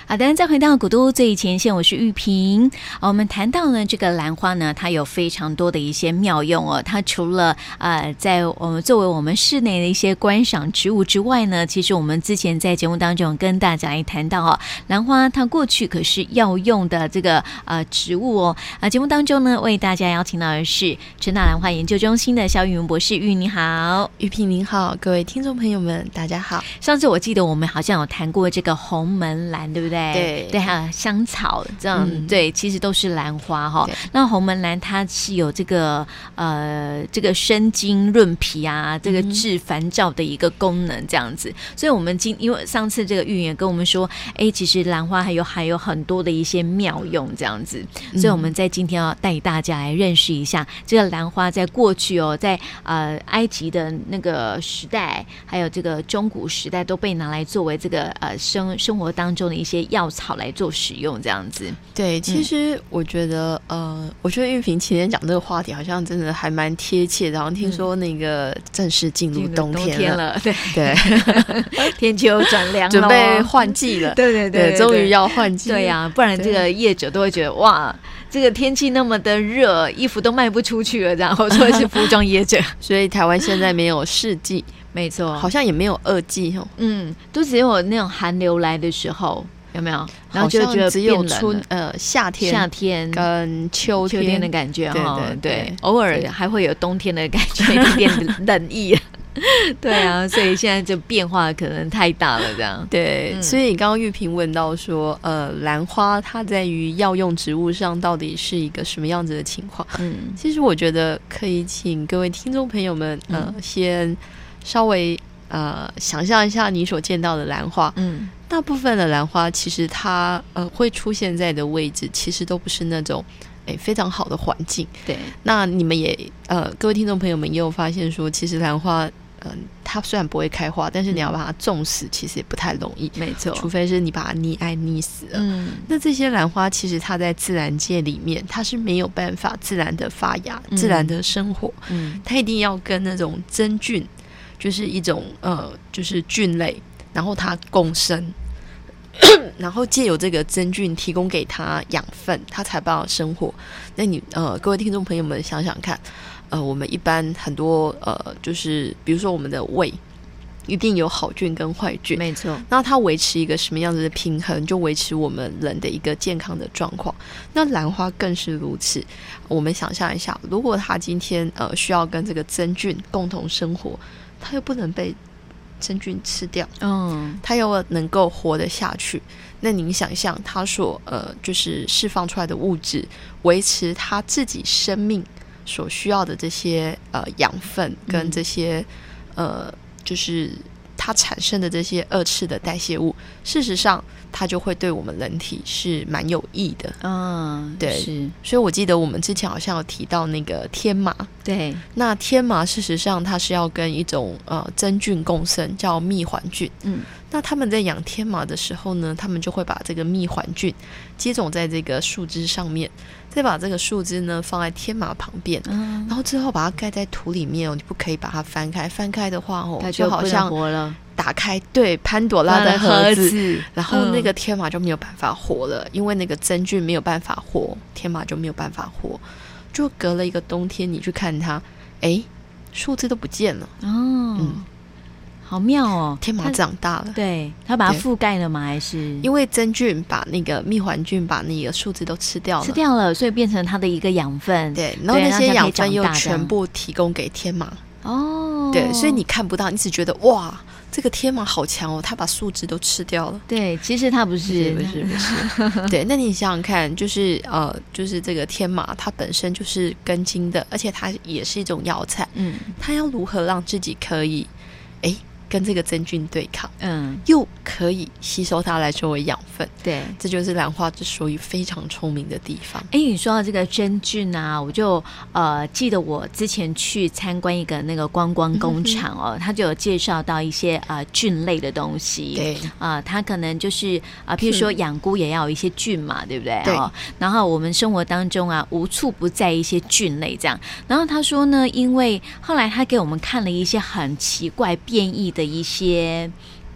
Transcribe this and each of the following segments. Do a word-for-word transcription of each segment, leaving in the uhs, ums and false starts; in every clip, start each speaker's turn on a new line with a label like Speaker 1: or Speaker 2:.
Speaker 1: 好的，再回到古都最前线，我是玉萍。我们谈到呢，这个兰花呢，它有非常多的一些妙用哦。它除了呃，在我们作为我们室内的一些观赏植物之外呢，其实我们之前在节目当中跟大家来谈到哦，兰花它过去可是药用的这个呃植物哦。啊，节目当中呢，为大家邀请到的是成大兰花研究中心的萧玉文博士。玉你好。
Speaker 2: 玉萍您好，各位听众朋友们大家好。
Speaker 1: 上次我记得我们好像有谈过这个红门兰，对不对？
Speaker 2: 对
Speaker 1: 对，还有香草这样、嗯、对，其实都是兰花哈。那红门兰它是有这个呃这个生津润脾啊，这个治烦躁的一个功能这样子。所以我们今因为上次这个玉也跟我们说，哎，其实兰花还有还有很多的一些妙用这样子，所以我们在今天要带大家来认识一下这个兰花在过去哦，在呃埃及的那个时代，还有这个中古时代都被拿来作为这个呃生生活当中的一些药草来做使用这样子。
Speaker 2: 对，其实我觉得、嗯、呃，我觉得玉萍今天讲这个话题好像真的还蛮贴切的。然后听说那个正式进入冬天了，
Speaker 1: 嗯、冬天了
Speaker 2: 对
Speaker 1: 对，天气又转凉了，
Speaker 2: 准备换季了，
Speaker 1: 对对 对,
Speaker 2: 对, 对，终于要换季了。
Speaker 1: 对呀、啊，不然这个业者都会觉得哇，这个天气那么的热，衣服都卖不出去了，这样，或者是服装业者。
Speaker 2: 所以台湾现在没有四季，
Speaker 1: 没错，
Speaker 2: 好像也没有二季哦，
Speaker 1: 嗯，都只有那种寒流来的时候。有没有？然后就觉得
Speaker 2: 只有春呃夏天、
Speaker 1: 夏天
Speaker 2: 跟秋天
Speaker 1: 秋天的感觉哈，
Speaker 2: 对对 对,
Speaker 1: 对，偶尔还会有冬天的感觉，有点冷意。对啊，所以现在这变化可能太大了，这样。
Speaker 2: 对、嗯，所以刚刚玉萍问到说，呃，兰花它在于药用植物上到底是一个什么样子的情况？嗯，其实我觉得可以请各位听众朋友们，呃，嗯、先稍微呃想象一下你所见到的兰花，嗯。大部分的兰花其实它呃会出现在的位置其实都不是那种诶非常好的环境。
Speaker 1: 对，
Speaker 2: 那你们也呃各位听众朋友们也有发现说，其实兰花嗯、呃、它虽然不会开花，但是你要把它种死其实也不太容易。
Speaker 1: 没错，
Speaker 2: 除非是你把它溺爱溺死了。嗯，那这些兰花其实它在自然界里面它是没有办法自然的发芽、嗯、自然的生活。嗯，它一定要跟那种真菌，就是一种呃就是菌类，然后它共生，然后借由这个真菌提供给它养分，它才办法生活。那你呃，各位听众朋友们想想看，呃，我们一般很多呃，就是比如说我们的胃一定有好菌跟坏菌，
Speaker 1: 没错。
Speaker 2: 那它维持一个什么样子的平衡，就维持我们人的一个健康的状况。那兰花更是如此。我们想象一下，如果它今天呃需要跟这个真菌共同生活，它又不能被真菌吃掉，嗯，它又能够活得下去，那您想象它所呃就是释放出来的物质，维持它自己生命所需要的这些呃养分跟这些、嗯、呃就是它产生的这些二次的代谢物，事实上它就会对我们人体是蛮有益的。
Speaker 1: 嗯，
Speaker 2: 对，
Speaker 1: 是。
Speaker 2: 所以我记得我们之前好像有提到那个天麻，
Speaker 1: 对，
Speaker 2: 那天麻事实上它是要跟一种呃真菌共生，叫蜜环菌。嗯，那他们在养天麻的时候呢，他们就会把这个蜜环菌接种在这个树枝上面，再把这个树枝呢放在天麻旁边，嗯，然后之后把它盖在土里面哦，你不可以把它翻开，翻开的话哦，
Speaker 1: 它就好像活了。
Speaker 2: 打开对潘朵拉的盒子，
Speaker 1: 盒子
Speaker 2: 然后那个天麻就没有办法活了、嗯、因为那个真菌没有办法活，天麻就没有办法活。就隔了一个冬天你去看它，哎，树枝都不见了哦，
Speaker 1: 嗯，好妙哦，
Speaker 2: 天麻长大了。
Speaker 1: 对，它把它覆盖了吗？还是
Speaker 2: 因为真菌把那个蜜环菌把那个树枝都吃掉了，
Speaker 1: 吃掉了，所以变成它的一个养分。
Speaker 2: 对，然后那些养分又全部提供给天麻。
Speaker 1: 哦，
Speaker 2: 对，所以你看不到，你只觉得哇，这个天麻好强哦，它把树枝都吃掉了。
Speaker 1: 对，其实它不是，
Speaker 2: 不是，不是，不是。对，那你想想看，就是呃，就是这个天麻，它本身就是根茎的，而且它也是一种药材。嗯，它要如何让自己可以，哎，跟这个真菌对抗，嗯，又可以吸收它来作为养分。
Speaker 1: 对，
Speaker 2: 这就是兰花之所以非常聪明的地方。
Speaker 1: 哎，你说到这个真菌啊，我就呃记得我之前去参观一个那个观光工厂哦，他、嗯、就有介绍到一些呃菌类的东西。
Speaker 2: 对
Speaker 1: 啊、呃，它可能就是啊、呃，譬如说养菇也要有一些菌嘛，对不对？
Speaker 2: 对、
Speaker 1: 哦。然后我们生活当中啊，无处不在一些菌类这样。然后他说呢，因为后来他给我们看了一些很奇怪变异的一些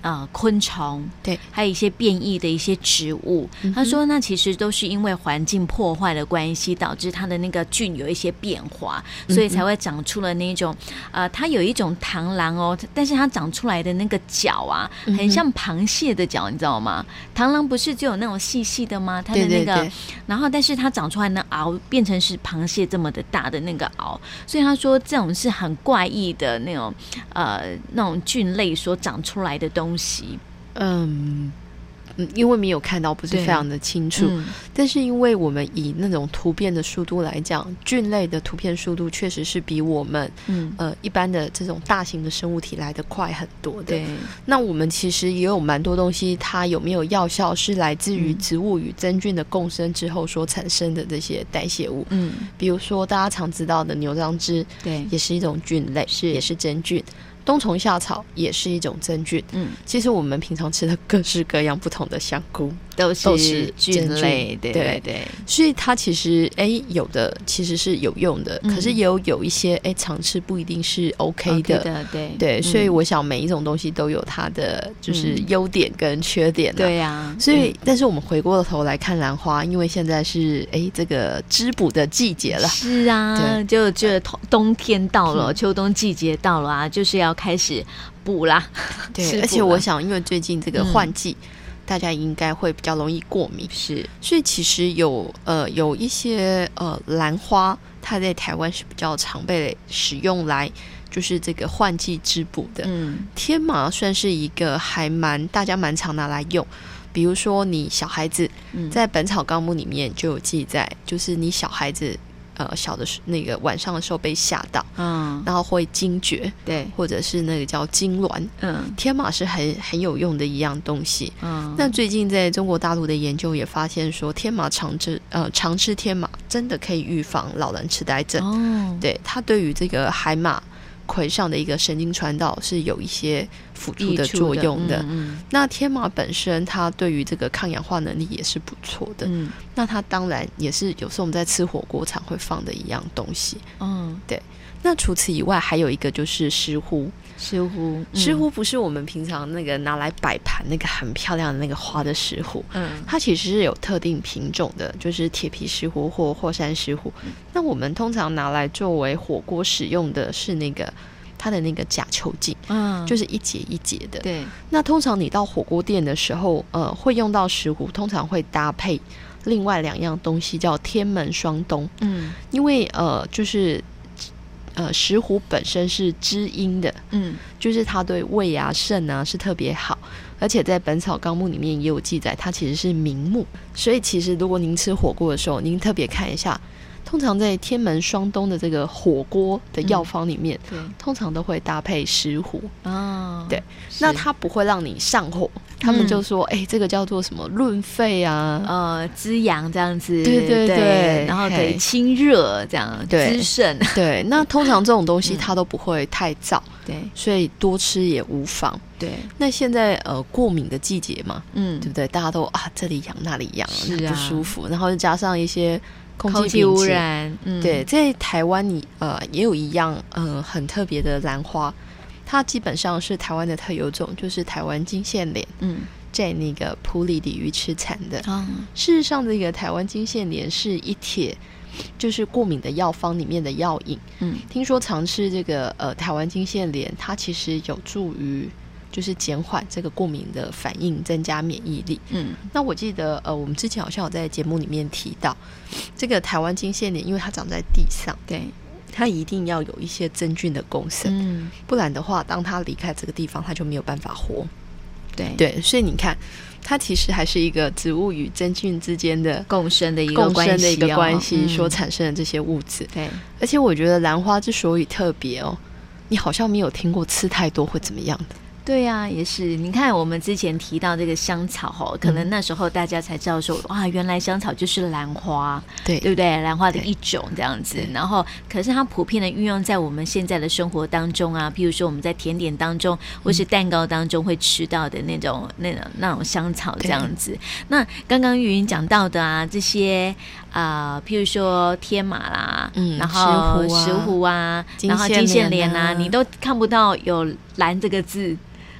Speaker 1: 呃昆虫，
Speaker 2: 对，
Speaker 1: 还有一些变异的一些植物。嗯、他说，那其实都是因为环境破坏的关系，导致它的那个菌有一些变化，所以才会长出了那种呃，它有一种螳螂哦，但是它长出来的那个脚啊，很像螃蟹的脚，你知道吗？螳螂不是就有那种细细的吗？它的那个，对对对，然后但是它长出来的螯变成是螃蟹这么的大的那个螯，所以他说这种是很怪异的那种呃那种菌类所长出来的东西。
Speaker 2: 嗯。嗯，因为没有看到，不是非常的清楚、嗯、但是因为我们以那种突变的速度来讲，菌类的突变速度确实是比我们、嗯、呃一般的这种大型的生物体来得快很多的。
Speaker 1: 对，
Speaker 2: 那我们其实也有蛮多东西，它有没有药效是来自于植物与真菌的共生之后所产生的这些代谢物。嗯，比如说大家常知道的牛樟芝，对，也是一种菌类，是也是真菌。冬虫夏草也是一种真菌。嗯，其实我们平常吃的各式各样不同的香菇
Speaker 1: 都是菌类，对对对，
Speaker 2: 所以它其实哎有的其实是有用的，嗯、可是也有有一些哎常吃不一定是 OK 的，
Speaker 1: OK 的对
Speaker 2: 对、嗯，所以我想每一种东西都有它的就是优点跟缺点、啊嗯。
Speaker 1: 对呀、啊，
Speaker 2: 所以、嗯、但是我们回过头来看兰花，因为现在是哎这个织补的季节了，
Speaker 1: 是啊，就就冬天到了、嗯，秋冬季节到了啊，就是要开始补啦。
Speaker 2: 对，而且我想因为最近这个换季、嗯、大家应该会比较容易过敏，
Speaker 1: 是，
Speaker 2: 所以其实有呃有一些呃兰花它在台湾是比较常被使用来就是这个换季织补的。嗯，天麻算是一个还蛮大家蛮常拿来用，比如说你小孩子在本草纲目里面就有记载、嗯、就是你小孩子呃，小的那个晚上的时候被吓到，嗯，然后会惊厥，
Speaker 1: 对，
Speaker 2: 或者是那个叫痉挛，嗯，天麻是很很有用的一样东西，嗯。那最近在中国大陆的研究也发现说，天麻常吃，呃，常吃天麻真的可以预防老人痴呆症，哦，对，它对于这个海马葵上的一个神经传导是有一些辅助的作用的。嗯嗯，那天麻本身它对于这个抗氧化能力也是不错的。嗯，那它当然也是有时候我们在吃火锅常会放的一样东西。嗯，对。那除此以外还有一个就是石斛。
Speaker 1: 石斛，嗯、
Speaker 2: 石斛不是我们平常那个拿来摆盘那个很漂亮的那个花的石斛，嗯，它其实是有特定品种的，就是铁皮石斛或霍山石斛。嗯、那我们通常拿来作为火锅使用的是那个它的那个假球茎，嗯，就是一节一节的。对，那通常你到火锅店的时候，呃，会用到石斛，通常会搭配另外两样东西，叫天门双冬。嗯，因为呃，就是。呃，石斛本身是滋阴的，嗯，就是它对胃啊、肾啊是特别好，而且在《本草纲目》里面也有记载，它其实是明目，所以其实如果您吃火锅的时候，您特别看一下，通常在天门双冬的这个火锅的药方里面，嗯、通常都会搭配石斛，哦，对，那它不会让你上火。他们就说：“哎、欸，这个叫做什么润肺啊，
Speaker 1: 呃，滋阳这样子，
Speaker 2: 对对 对, 对，
Speaker 1: 然后可以清热这样，滋肾。
Speaker 2: 对，那通常这种东西它都不会太燥，
Speaker 1: 对、嗯，
Speaker 2: 所以多吃也无妨。对，那现在呃过敏的季节嘛，嗯，对不对？大家都啊这里痒那里痒，是啊，不舒服，然后又加上一些空气,
Speaker 1: 气污染，
Speaker 2: 嗯，对，在台湾你呃也有一样呃很特别的兰花。”它基本上是台湾的特有种，就是台湾金线莲，嗯，在那个埔里鲤鱼池产的。哦、事实上，这个台湾金线莲是一帖，就是过敏的药方里面的药引。嗯，听说常吃这个呃台湾金线莲，它其实有助于就是减缓这个过敏的反应，增加免疫力。嗯，那我记得呃我们之前好像有在节目里面提到，这个台湾金线莲，因为它长在地上，对。它一定要有一些真菌的共生、嗯、不然的话当它离开这个地方它就没有办法活。对对，所以你看它其实还是一个植物与真菌之间的
Speaker 1: 共生的一个关系、哦、
Speaker 2: 共生的一个关系所产生的这些物质、嗯、对，而且我觉得兰花之所以特别哦，你好像没有听过吃太多会怎么样的。
Speaker 1: 对呀、啊，也是。你看，我们之前提到这个香草吼，可能那时候大家才知道说，嗯、哇，原来香草就是兰花，对对不对？兰花的一种这样子。然后，可是它普遍的运用在我们现在的生活当中啊，譬如说我们在甜点当中或是蛋糕当中会吃到的那种、嗯、那种那种香草这样子。那刚刚玉云讲到的啊，这些啊、呃，譬如说天麻啦，嗯，然后石斛啊，啊然后金线莲啊，你都看不到有兰这个字。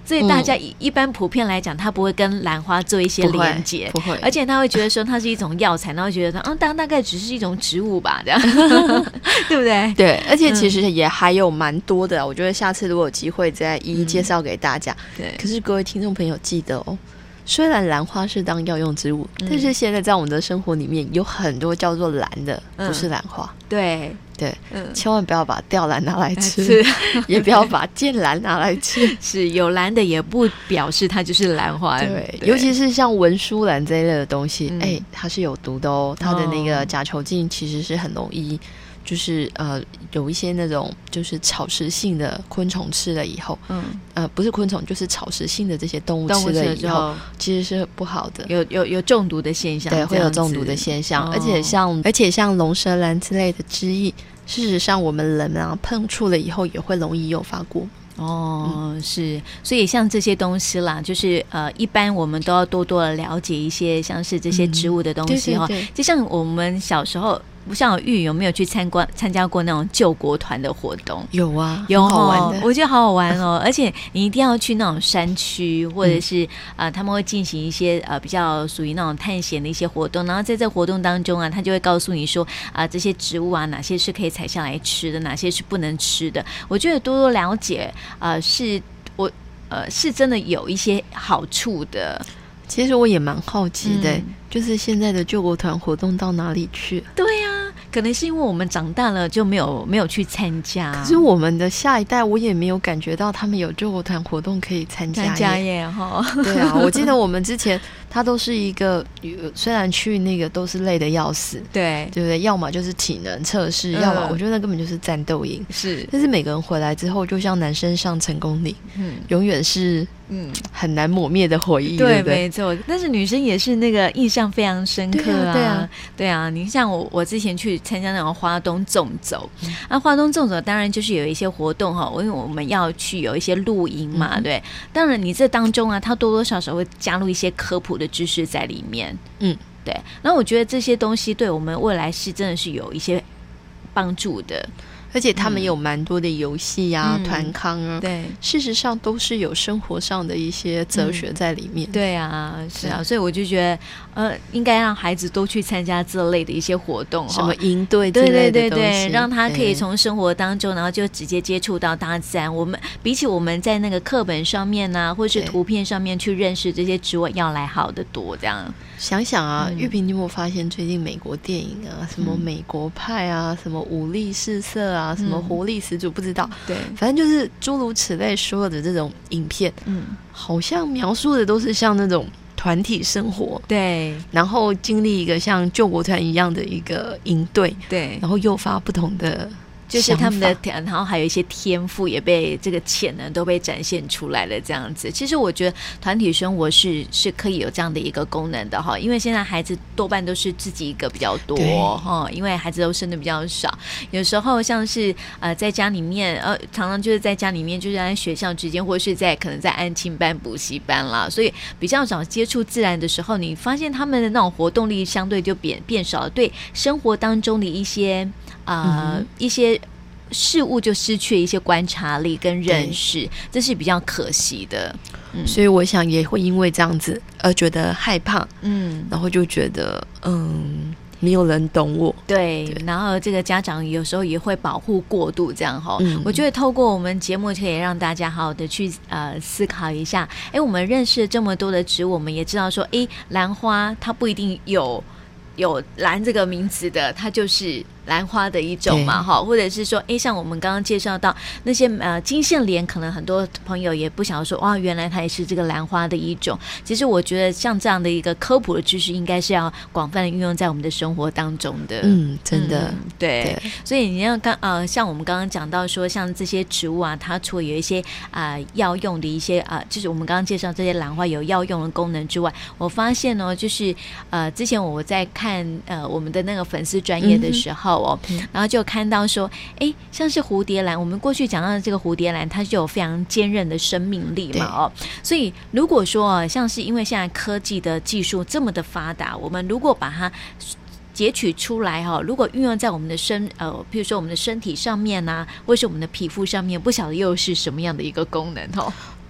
Speaker 1: 所以大家一一般普遍来讲，他不会跟兰花做一些连接，
Speaker 2: 不会，
Speaker 1: 而且他会觉得说它是一种药材，然后觉得它啊，大大概只是一种植物吧，这样，对不对？
Speaker 2: 对，而且其实也还有蛮多的，我觉得下次如果有机会再一一介绍给大家。
Speaker 1: 嗯、对，
Speaker 2: 可是各位听众朋友记得哦。虽然兰花是当药用植物、嗯、但是现在在我们的生活里面有很多叫做兰的、嗯、不是兰花。
Speaker 1: 对
Speaker 2: 对、
Speaker 1: 嗯，
Speaker 2: 千万不要把吊兰拿来吃，也不要把剑兰拿来吃。
Speaker 1: 是有兰的也不表示它就是兰花。
Speaker 2: 对, 对，尤其是像文殊兰这一类的东西，哎、嗯欸，它是有毒的哦。它的那个甲球茎其实是很容易。就是呃有一些那种就是草食性的昆虫吃了以后，嗯呃不是昆虫就是草食性的这些动物吃了以后，其实是不好的，
Speaker 1: 有有有中毒的现象，
Speaker 2: 对，会有中毒的现象，哦、而且像而且像龙舌兰之类的汁液，事实上我们人啊碰触了以后也会容易诱发过敏。
Speaker 1: 哦、嗯，是，所以像这些东西啦，就是呃，一般我们都要多多的了解一些像是这些植物的东西哈、嗯。就像我们小时候，不像玉有没有去参观参加过那种救国团的活动？
Speaker 2: 有啊，
Speaker 1: 有
Speaker 2: 好玩的，
Speaker 1: 我觉得好好玩哦。而且你一定要去那种山区，或者是、嗯、呃，他们会进行一些呃比较属于那种探险的一些活动，然后在这活动当中啊，他就会告诉你说啊、呃，这些植物啊，哪些是可以采下来吃的，哪些是不能吃的。我觉得多多了解。呃，是我呃是真的有一些好处的。
Speaker 2: 其实我也蛮好奇的、嗯，就是现在的救国团活动到哪里去？
Speaker 1: 对呀、啊，可能是因为我们长大了就没有没有去参加。
Speaker 2: 可是我们的下一代，我也没有感觉到他们有救国团活动可以参加耶。
Speaker 1: 参加耶哈！
Speaker 2: 对啊，我记得我们之前他都是一个，虽然去那个都是累得要死，
Speaker 1: 对
Speaker 2: 对不对？要么就是体能测试、嗯，要么我觉得那根本就是战斗营。
Speaker 1: 是，
Speaker 2: 但是每个人回来之后，就像男生上成功岭，嗯，永远是。嗯，很难抹灭的回忆， 对, 对不对？
Speaker 1: 没错。但是女生也是那个印象非常深刻啊，
Speaker 2: 对啊，
Speaker 1: 对啊。你像我，我之前去参加那种花东纵走，那、嗯啊、花东纵走当然就是有一些活动哈，因为我们要去有一些露营嘛，嗯、对。当然你这当中啊，它多多少少会加入一些科普的知识在里面，嗯，对。那我觉得这些东西对我们未来是真的是有一些帮助的。
Speaker 2: 而且他们有蛮多的游戏啊、
Speaker 1: 嗯、
Speaker 2: 团康啊，
Speaker 1: 对，
Speaker 2: 事实上都是有生活上的一些哲学在里面。
Speaker 1: 嗯、对啊，是啊，所以我就觉得，呃，应该让孩子都去参加这类的一些活动，
Speaker 2: 什么营队之类的东西，
Speaker 1: 对对对对，让他可以从生活当中，然后就直接接触到大自然。我们比起我们在那个课本上面啊，或是图片上面去认识这些植物，要来好得多。这样
Speaker 2: 想想啊，玉萍，你有没有发现最近美国电影啊，什么美国派啊，什么武力四射啊，什么活力十足，不知道，
Speaker 1: 对，
Speaker 2: 反正就是诸如此类所有的这种影片，嗯，好像描述的都是像那种团体生活，
Speaker 1: 对，
Speaker 2: 然后经历一个像救国团一样的一个营队，
Speaker 1: 对，
Speaker 2: 然后诱发不同的。
Speaker 1: 就是他们的，然后还有一些天赋也被这个潜能都被展现出来了，这样子。其实我觉得团体生活是是可以有这样的一个功能的哈，因为现在孩子多半都是自己一个比较多哈，因为孩子都生的比较少，有时候像是呃在家里面呃常常就是在家里面就是在学校之间，或是在可能在安亲班、补习班啦，所以比较少接触自然的时候，你发现他们的那种活动力相对就变变少了，对生活当中的一些呃、嗯、一些。事物就失去一些观察力跟认识，这是比较可惜的。嗯、
Speaker 2: 所以我想也会因为这样子而觉得害怕，嗯，然后就觉得嗯没有人懂我，
Speaker 1: 对, 对，然后这个家长有时候也会保护过度，这样哈、嗯。我觉得透过我们节目可以让大家好好的去呃思考一下，哎，我们认识了这么多的植物，我们也知道说，哎，兰花它不一定有有兰这个名字的，它就是兰花的一种嘛，哈，或者是说，哎，像我们刚刚介绍到那些呃金线莲，可能很多朋友也不晓得说，哇，原来它也是这个兰花的一种。其实我觉得像这样的一个科普的知识，应该是要广泛的运用在我们的生活当中的。
Speaker 2: 嗯，真的，
Speaker 1: 嗯、对, 对。所以你要刚呃，像我们刚刚讲到说，像这些植物啊，它除了有一些啊、呃、药用的一些啊、呃，就是我们刚刚介绍这些兰花有药用的功能之外，我发现呢，就是呃，之前我在看呃我们的那个粉丝专页的时候。哦嗯、然后就看到说，哎，像是蝴蝶兰，我们过去讲到的这个蝴蝶兰，它就有非常坚韧的生命力嘛，哦，所以如果说像是因为现在科技的技术这么的发达，我们如果把它截取出来哈，如果运用在我们的身呃，譬如说我们的身体上面啊，或是我们的皮肤上面，不晓得又是什么样的一个功能哦。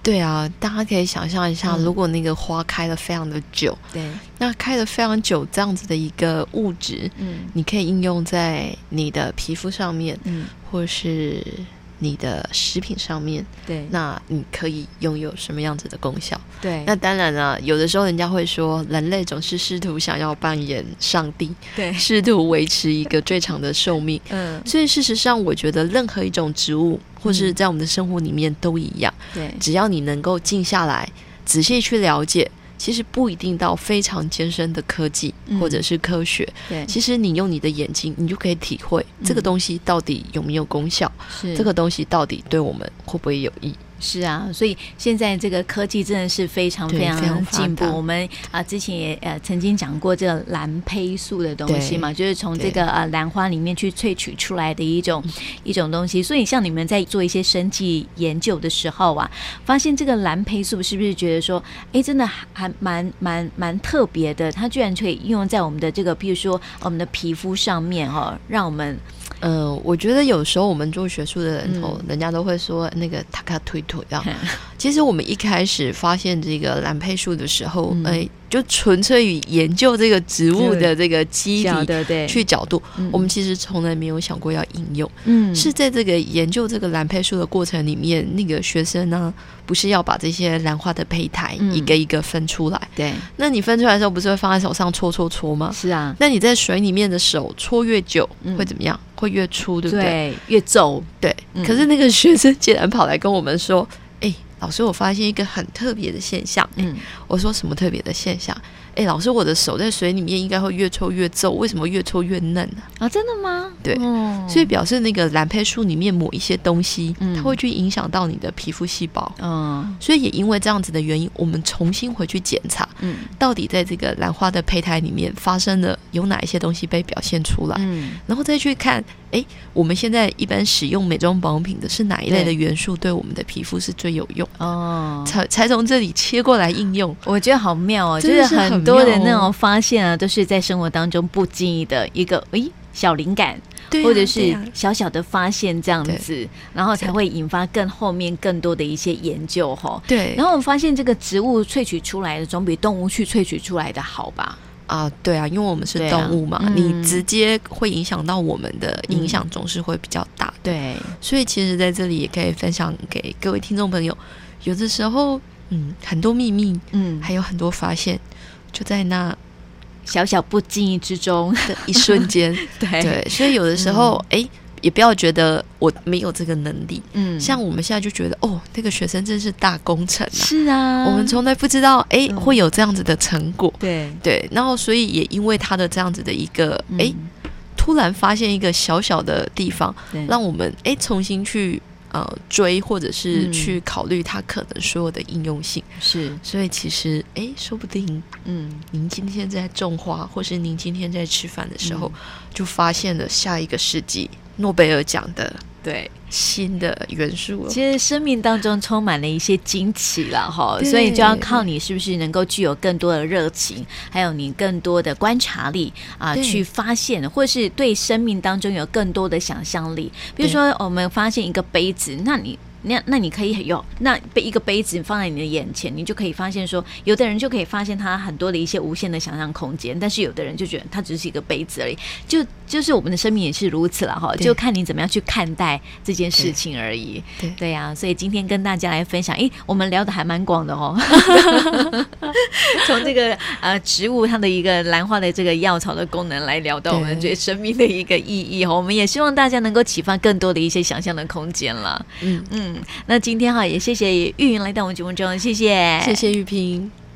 Speaker 2: 对啊，大家可以想象一下，嗯、如果那个花开得非常的久，
Speaker 1: 对，
Speaker 2: 那开得非常久这样子的一个物质，嗯，你可以应用在你的皮肤上面，嗯，或是你的食品上面，
Speaker 1: 对，
Speaker 2: 那你可以拥有什么样子的功效？
Speaker 1: 对，
Speaker 2: 那当然了，有的时候人家会说，人类总是试图想要扮演上帝，
Speaker 1: 对，
Speaker 2: 试图维持一个最长的寿命，嗯，所以事实上，我觉得任何一种植物，或是在我们的生活里面都一样，
Speaker 1: 对，
Speaker 2: 只要你能够静下来，仔细去了解。其实不一定到非常艰深的科技或者是科学，
Speaker 1: 嗯、
Speaker 2: 其实你用你的眼睛，你就可以体会这个东西到底有没有功效，
Speaker 1: 是
Speaker 2: 这个东西到底对我们会不会有益。
Speaker 1: 是啊，所以现在这个科技真的是非常非常进步。我们啊、呃、之前也呃曾经讲过这个蓝胚素的东西嘛，就是从这个呃兰花里面去萃取出来的一种一种东西。所以像你们在做一些生技研究的时候啊，发现这个蓝胚素是不是觉得说，哎，真的还蛮蛮蛮特别的？它居然可以应用在我们的这个，比如说我们的皮肤上面哦，让我们。
Speaker 2: 嗯，我觉得有时候我们做学术的人哦、嗯，人家都会说那个塔卡推推这样。其实我们一开始发现这个蓝胚素的时候，哎、嗯，就纯粹于研究这个植物的这个基底去角度，嗯、我们其实从来没有想过要应用。嗯，是在这个研究这个蓝胚素的过程里面，那个学生呢，不是要把这些兰花的胚胎一个一个分出来。嗯、
Speaker 1: 对，
Speaker 2: 那你分出来的时候，不是会放在手上搓搓搓吗？
Speaker 1: 是啊。
Speaker 2: 那你在水里面的手搓越久，嗯、会怎么样？会越粗，对不对？
Speaker 1: 对，越皱。
Speaker 2: 对、嗯，可是那个学生竟然跑来跟我们说：“哎、欸，老师，我发现一个很特别的现象。”嗯，我说什么特别的现象？哎，老师，我的手在水里面应该会越搓越皱，为什么越搓越嫩呢？
Speaker 1: 啊，真的吗？
Speaker 2: 对、哦，所以表示那个蓝胚素里面抹一些东西、嗯，它会去影响到你的皮肤细胞。嗯，所以也因为这样子的原因，我们重新回去检查，嗯，到底在这个兰花的胚胎里面发生了有哪一些东西被表现出来，嗯，然后再去看，哎，我们现在一般使用美妆保养品的是哪一类的元素对我们的皮肤是最有用？哦，才才从这里切过来应用，
Speaker 1: 我觉得好妙哦，就是很。很多的那种发现啊，都是在生活当中不经意的一个诶小灵感，
Speaker 2: 对啊、
Speaker 1: 或者是小小的发现这样子，然后才会引发更后面更多的一些研究哈。
Speaker 2: 对，
Speaker 1: 然后我们发现这个植物萃取出来的总比动物去萃取出来的好吧？
Speaker 2: 啊，对啊，因为我们是动物嘛，啊嗯、你直接会影响到我们的影响总是会比较大的。
Speaker 1: 对，
Speaker 2: 所以其实在这里也可以分享给各位听众朋友，有的时候，嗯，很多秘密，嗯，还有很多发现。就在那
Speaker 1: 小小不经意之中
Speaker 2: 的一瞬间，
Speaker 1: 对
Speaker 2: 对，所以有的时候，哎、嗯，也不要觉得我没有这个能力，嗯，像我们现在就觉得，哦，那个学生真是大工程啊，
Speaker 1: 是啊，
Speaker 2: 我们从来不知道，哎、嗯，会有这样子的成果，
Speaker 1: 对
Speaker 2: 对，然后所以也因为他的这样子的一个，哎、嗯，突然发现一个小小的地方，让我们哎重新去。呃，追或者是去考虑它可能所有的应用性，
Speaker 1: 是、嗯，
Speaker 2: 所以其实，哎，说不定，嗯，您今天在种花，或是您今天在吃饭的时候，嗯、就发现了下一个世纪诺贝尔奖的
Speaker 1: 对
Speaker 2: 新的元素了。
Speaker 1: 其实生命当中充满了一些惊奇了哈，所以就要靠你是不是能够具有更多的热情，还有你更多的观察力啊，去发现，或是对生命当中有更多的想象力。比如说，我们发现一个杯子，那你。那那你可以有那一个杯子放在你的眼前，你就可以发现说，有的人就可以发现它很多的一些无限的想象空间，但是有的人就觉得它只是一个杯子而已。就就是我们的生命也是如此了哈，就看你怎么样去看待这件事情而已。对对呀、啊，所以今天跟大家来分享，哎，我们聊得还蛮广的哦，从这个呃植物它的一个兰花的这个药草的功能来聊到我们对生命的一个意义哈，我们也希望大家能够启发更多的一些想象的空间了。嗯嗯。那今天哈也谢谢玉云来到我们节目中，谢谢，
Speaker 2: 谢谢玉萍。